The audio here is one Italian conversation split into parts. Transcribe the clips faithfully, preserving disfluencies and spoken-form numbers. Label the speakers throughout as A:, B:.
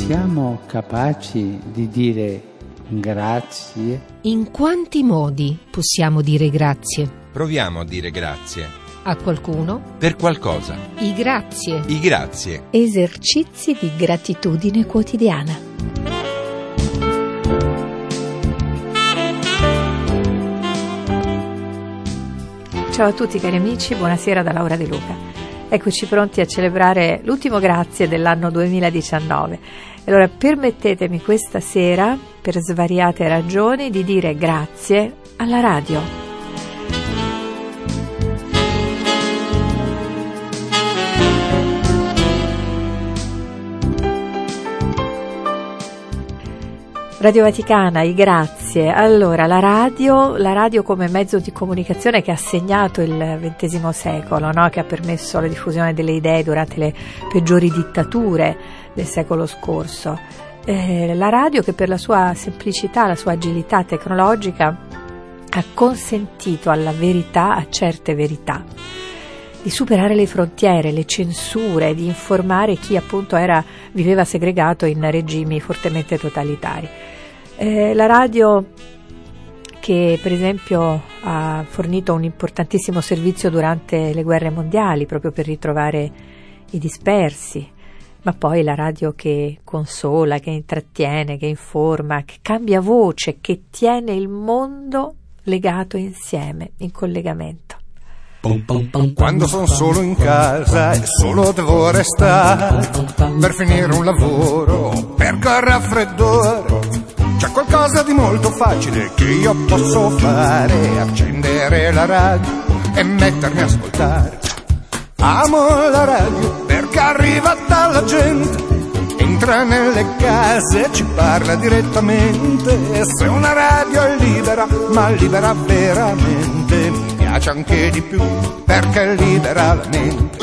A: Siamo capaci di dire grazie?
B: In quanti modi possiamo dire grazie?
C: Proviamo a dire grazie.
B: A qualcuno?
C: Per qualcosa.
B: I grazie.
C: I grazie.
D: Esercizi di gratitudine quotidiana. Ciao a tutti cari amici, buonasera da Laura De Luca. Eccoci pronti a celebrare l'ultimo grazie dell'anno duemiladiciannove. Allora permettetemi questa sera, per svariate ragioni, di dire grazie alla radio. Radio Vaticana, i grazie. Allora, la radio, la radio come mezzo di comunicazione che ha segnato il ventesimo secolo, no? Che ha permesso la diffusione delle idee durante le peggiori dittature del secolo scorso. Eh, la radio che per la sua semplicità, la sua agilità tecnologica ha consentito alla verità, a certe verità, di superare le frontiere, le censure, di informare chi appunto era, viveva segregato in regimi fortemente totalitari. Eh, la radio che per esempio ha fornito un importantissimo servizio durante le guerre mondiali proprio per ritrovare i dispersi, ma poi la radio che consola, che intrattiene, che informa, che cambia voce, che tiene il mondo legato insieme, in collegamento.
E: Quando sono solo in casa e solo devo restare per finire un lavoro, perché il raffreddore, c'è qualcosa di molto facile che io posso fare: accendere la radio e mettermi a ascoltare. Amo la radio perché arriva dalla gente, entra nelle case, ci parla direttamente. E se una radio è libera, ma libera veramente, mi piace anche di più perché libera la mente.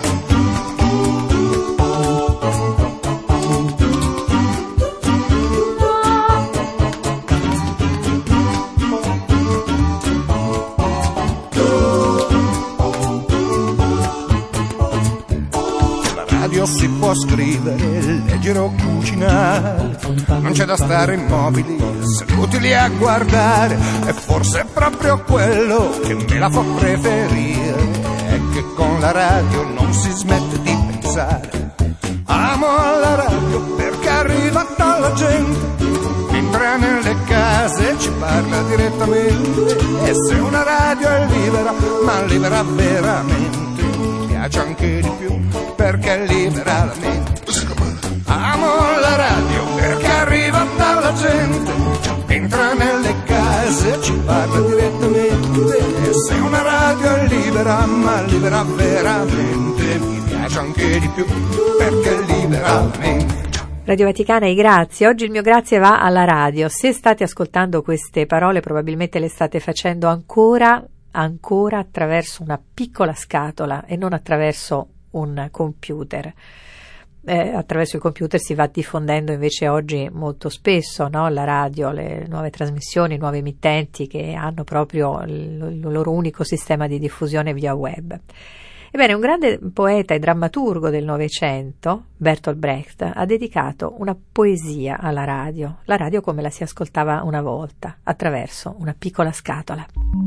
E: Si può scrivere, leggere o cucinare, non c'è da stare immobili, seduti lì a guardare. E forse è proprio quello che me la fa preferire, è che con la radio non si smette di pensare. Amo la radio perché arriva dalla gente, entra nelle case, ci parla direttamente. E se una radio è libera, ma libera veramente, mi piace anche di più perché libera la mente. Amo la radio perché arriva dalla gente, entra nelle case, ci parla direttamente. E se una radio è libera, ma libera veramente, mi piace anche di più perché libera la mente.
D: Radio Vaticana, i grazie. Oggi il mio grazie va alla radio. Se state ascoltando queste parole probabilmente le state facendo ancora, ancora attraverso una piccola scatola e non attraverso un computer. Eh, attraverso il computer si va diffondendo invece oggi molto spesso, no? La radio, le nuove trasmissioni, i nuovi emittenti che hanno proprio il, il loro unico sistema di diffusione via web. Ebbene, un grande poeta e drammaturgo del Novecento, Bertolt Brecht, ha dedicato una poesia alla radio, la radio come la si ascoltava una volta, attraverso una piccola scatola.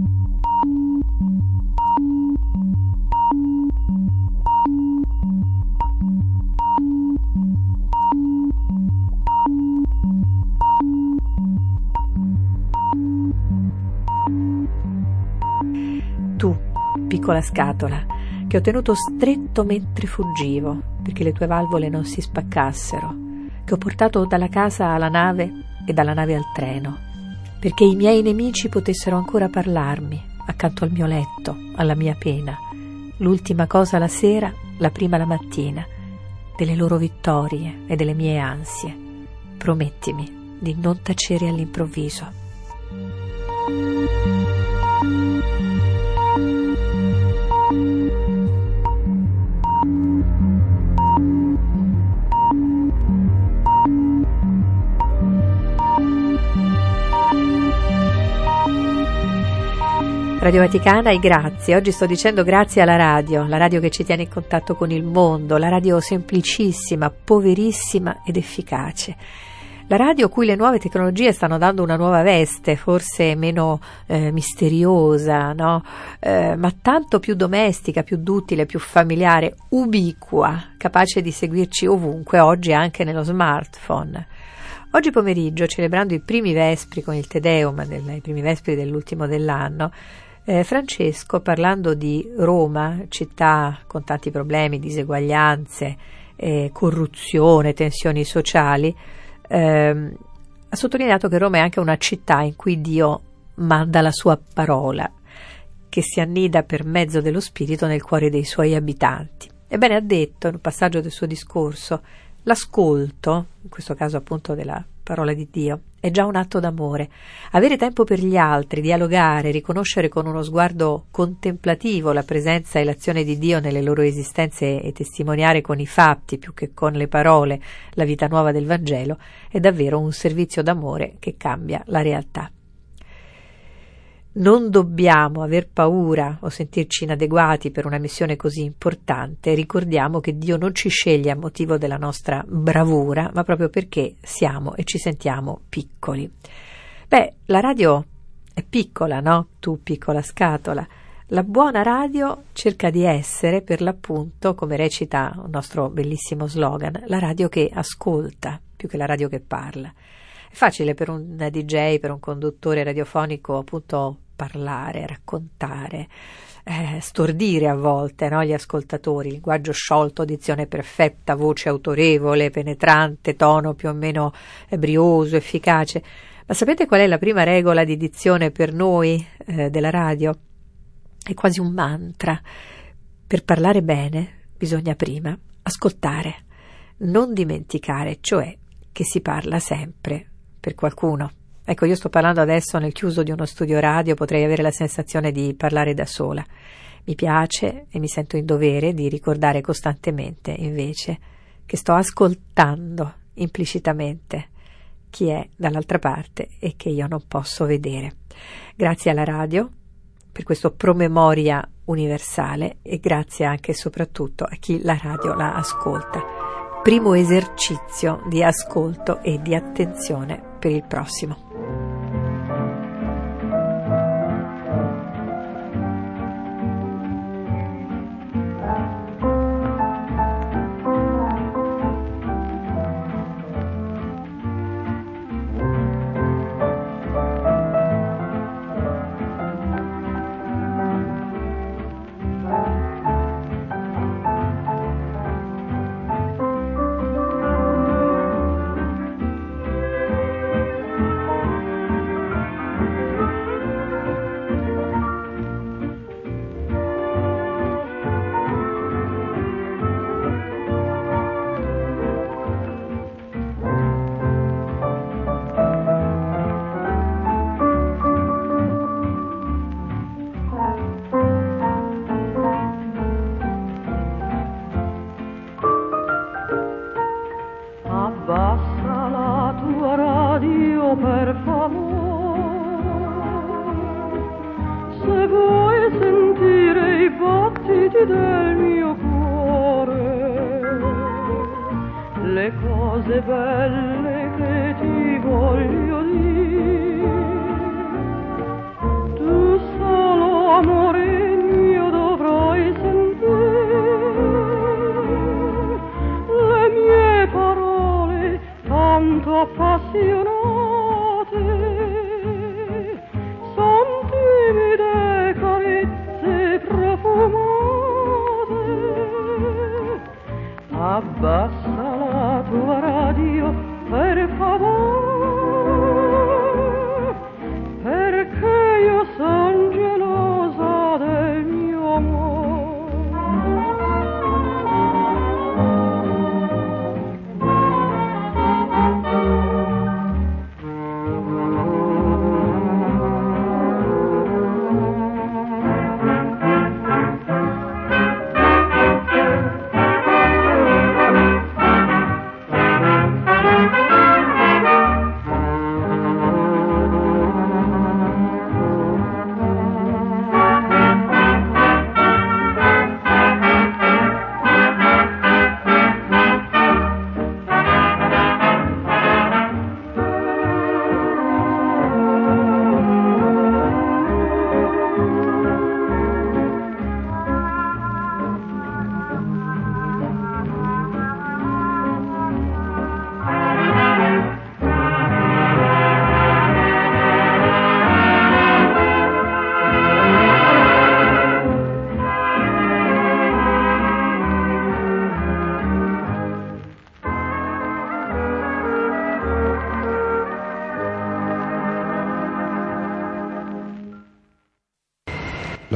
D: Tu, piccola scatola, che ho tenuto stretto mentre fuggivo, perché le tue valvole non si spaccassero, che ho portato dalla casa alla nave e dalla nave al treno, perché i miei nemici potessero ancora parlarmi, accanto al mio letto, alla mia pena, l'ultima cosa la sera, la prima la mattina, delle loro vittorie e delle mie ansie. Promettimi di non tacere all'improvviso. Radio Vaticana e grazie. Oggi sto dicendo grazie alla radio, la radio che ci tiene in contatto con il mondo, la radio semplicissima, poverissima ed efficace. La radio a cui le nuove tecnologie stanno dando una nuova veste, forse meno eh, misteriosa, no? Eh, ma tanto più domestica, più duttile, più familiare, ubiqua, capace di seguirci ovunque, oggi anche nello smartphone. Oggi pomeriggio, celebrando i primi vespri con il Te Deum, del, i primi vespri dell'ultimo dell'anno, eh, Francesco, parlando di Roma, città con tanti problemi, diseguaglianze, eh, corruzione, tensioni sociali, eh, ha sottolineato che Roma è anche una città in cui Dio manda la sua parola, che si annida per mezzo dello Spirito nel cuore dei suoi abitanti. Ebbene, ha detto in un passaggio del suo discorso: l'ascolto, in questo caso appunto della parola di Dio, è già un atto d'amore. Avere tempo per gli altri, dialogare, riconoscere con uno sguardo contemplativo la presenza e l'azione di Dio nelle loro esistenze e testimoniare con i fatti più che con le parole la vita nuova del Vangelo è davvero un servizio d'amore che cambia la realtà. Non dobbiamo aver paura o sentirci inadeguati per una missione così importante. Ricordiamo che Dio non ci sceglie a motivo della nostra bravura, ma proprio perché siamo e ci sentiamo piccoli. Beh, la radio è piccola, no? Tu piccola scatola. La buona radio cerca di essere, per l'appunto, come recita un nostro bellissimo slogan, la radio che ascolta più che la radio che parla. È facile per un D J, per un conduttore radiofonico, appunto, parlare, raccontare, eh, stordire a volte, no, gli ascoltatori, linguaggio sciolto, dizione perfetta, voce autorevole, penetrante, tono più o meno brioso, efficace. Ma sapete qual è la prima regola di dizione per noi eh, della radio? È quasi un mantra. Per parlare bene bisogna prima ascoltare, non dimenticare, cioè che si parla sempre per qualcuno. Ecco, io sto parlando adesso nel chiuso di uno studio radio, potrei avere la sensazione di parlare da sola. Mi piace e mi sento in dovere di ricordare costantemente, invece, che sto ascoltando implicitamente chi è dall'altra parte e che io non posso vedere. Grazie alla radio per questo promemoria universale e grazie anche e soprattutto a chi la radio la ascolta. Primo esercizio di ascolto e di attenzione per il prossimo.
F: del mio cuore, le cose belle che ti voglio dire. Tu solo, amore mio, dovrai sentire le mie parole tanto appassionate. Son timide carezze profumate. Abbassa la tua radio, per favore, perché io son gelosa del mio amore.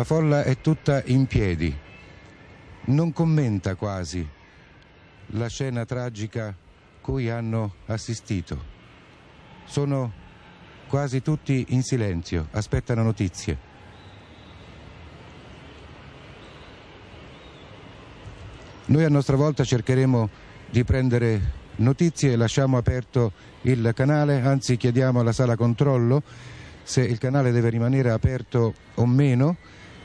G: folla è tutta in piedi, non commenta quasi la scena tragica cui hanno assistito. Sono quasi tutti in silenzio, aspettano notizie. Noi a nostra volta cercheremo di prendere notizie, lasciamo aperto il canale, anzi chiediamo alla sala controllo se il canale deve rimanere aperto o meno.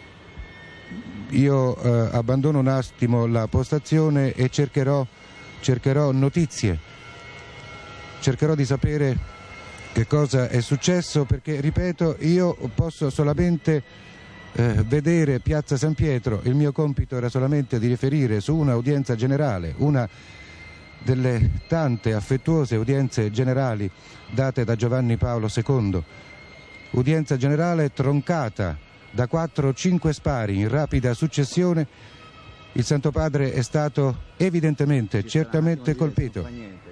G: Io eh, abbandono un attimo la postazione e cercherò, cercherò notizie, cercherò di sapere che cosa è successo, perché, ripeto, io posso solamente eh, vedere Piazza San Pietro. Il mio compito era solamente di riferire su una udienza generale, una delle tante affettuose udienze generali date da Giovanni Paolo secondo, udienza generale troncata da quattro o cinque spari in rapida successione. Il Santo Padre è stato evidentemente, certamente colpito.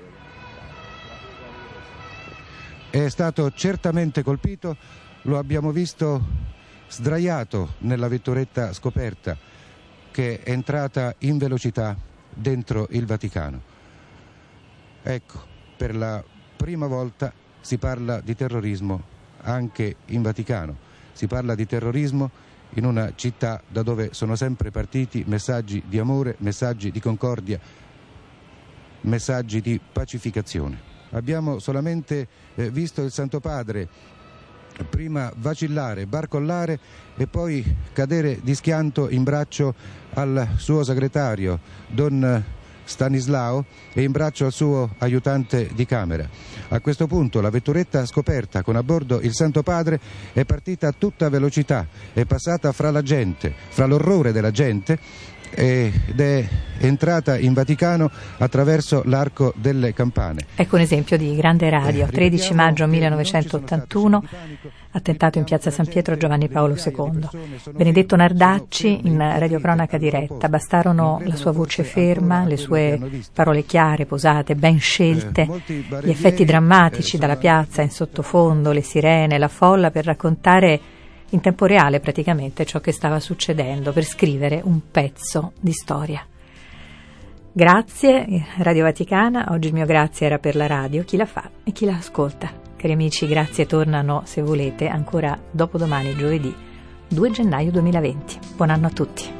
G: È stato certamente colpito, lo abbiamo visto sdraiato nella vetturetta scoperta che è entrata in velocità dentro il Vaticano. Ecco, per la prima volta si parla di terrorismo anche in Vaticano. Si parla di terrorismo in una città da dove sono sempre partiti messaggi di amore, messaggi di concordia, messaggi di pacificazione. Abbiamo solamente eh, visto il Santo Padre prima vacillare, barcollare e poi cadere di schianto in braccio al suo segretario, Don Stanislao, e in braccio al suo aiutante di camera. A questo punto la vetturetta scoperta con a bordo il Santo Padre è partita a tutta velocità, è passata fra la gente, fra l'orrore della gente, ed è entrata in Vaticano attraverso l'Arco delle Campane.
D: Ecco un esempio di grande radio. tredici maggio millenovecentottantuno, attentato in Piazza San Pietro, Giovanni Paolo secondo. Benedetto Nardacci in radiocronaca diretta. Bastarono la sua voce ferma, le sue parole chiare, posate, ben scelte, gli effetti drammatici dalla piazza in sottofondo, le sirene, la folla, per raccontare in tempo reale praticamente ciò che stava succedendo, per scrivere un pezzo di storia. Grazie Radio Vaticana, oggi il mio grazie era per la radio, chi la fa e chi la ascolta. Cari amici, grazie tornano, se volete, ancora dopodomani, giovedì due gennaio duemilaventi. Buon anno a tutti.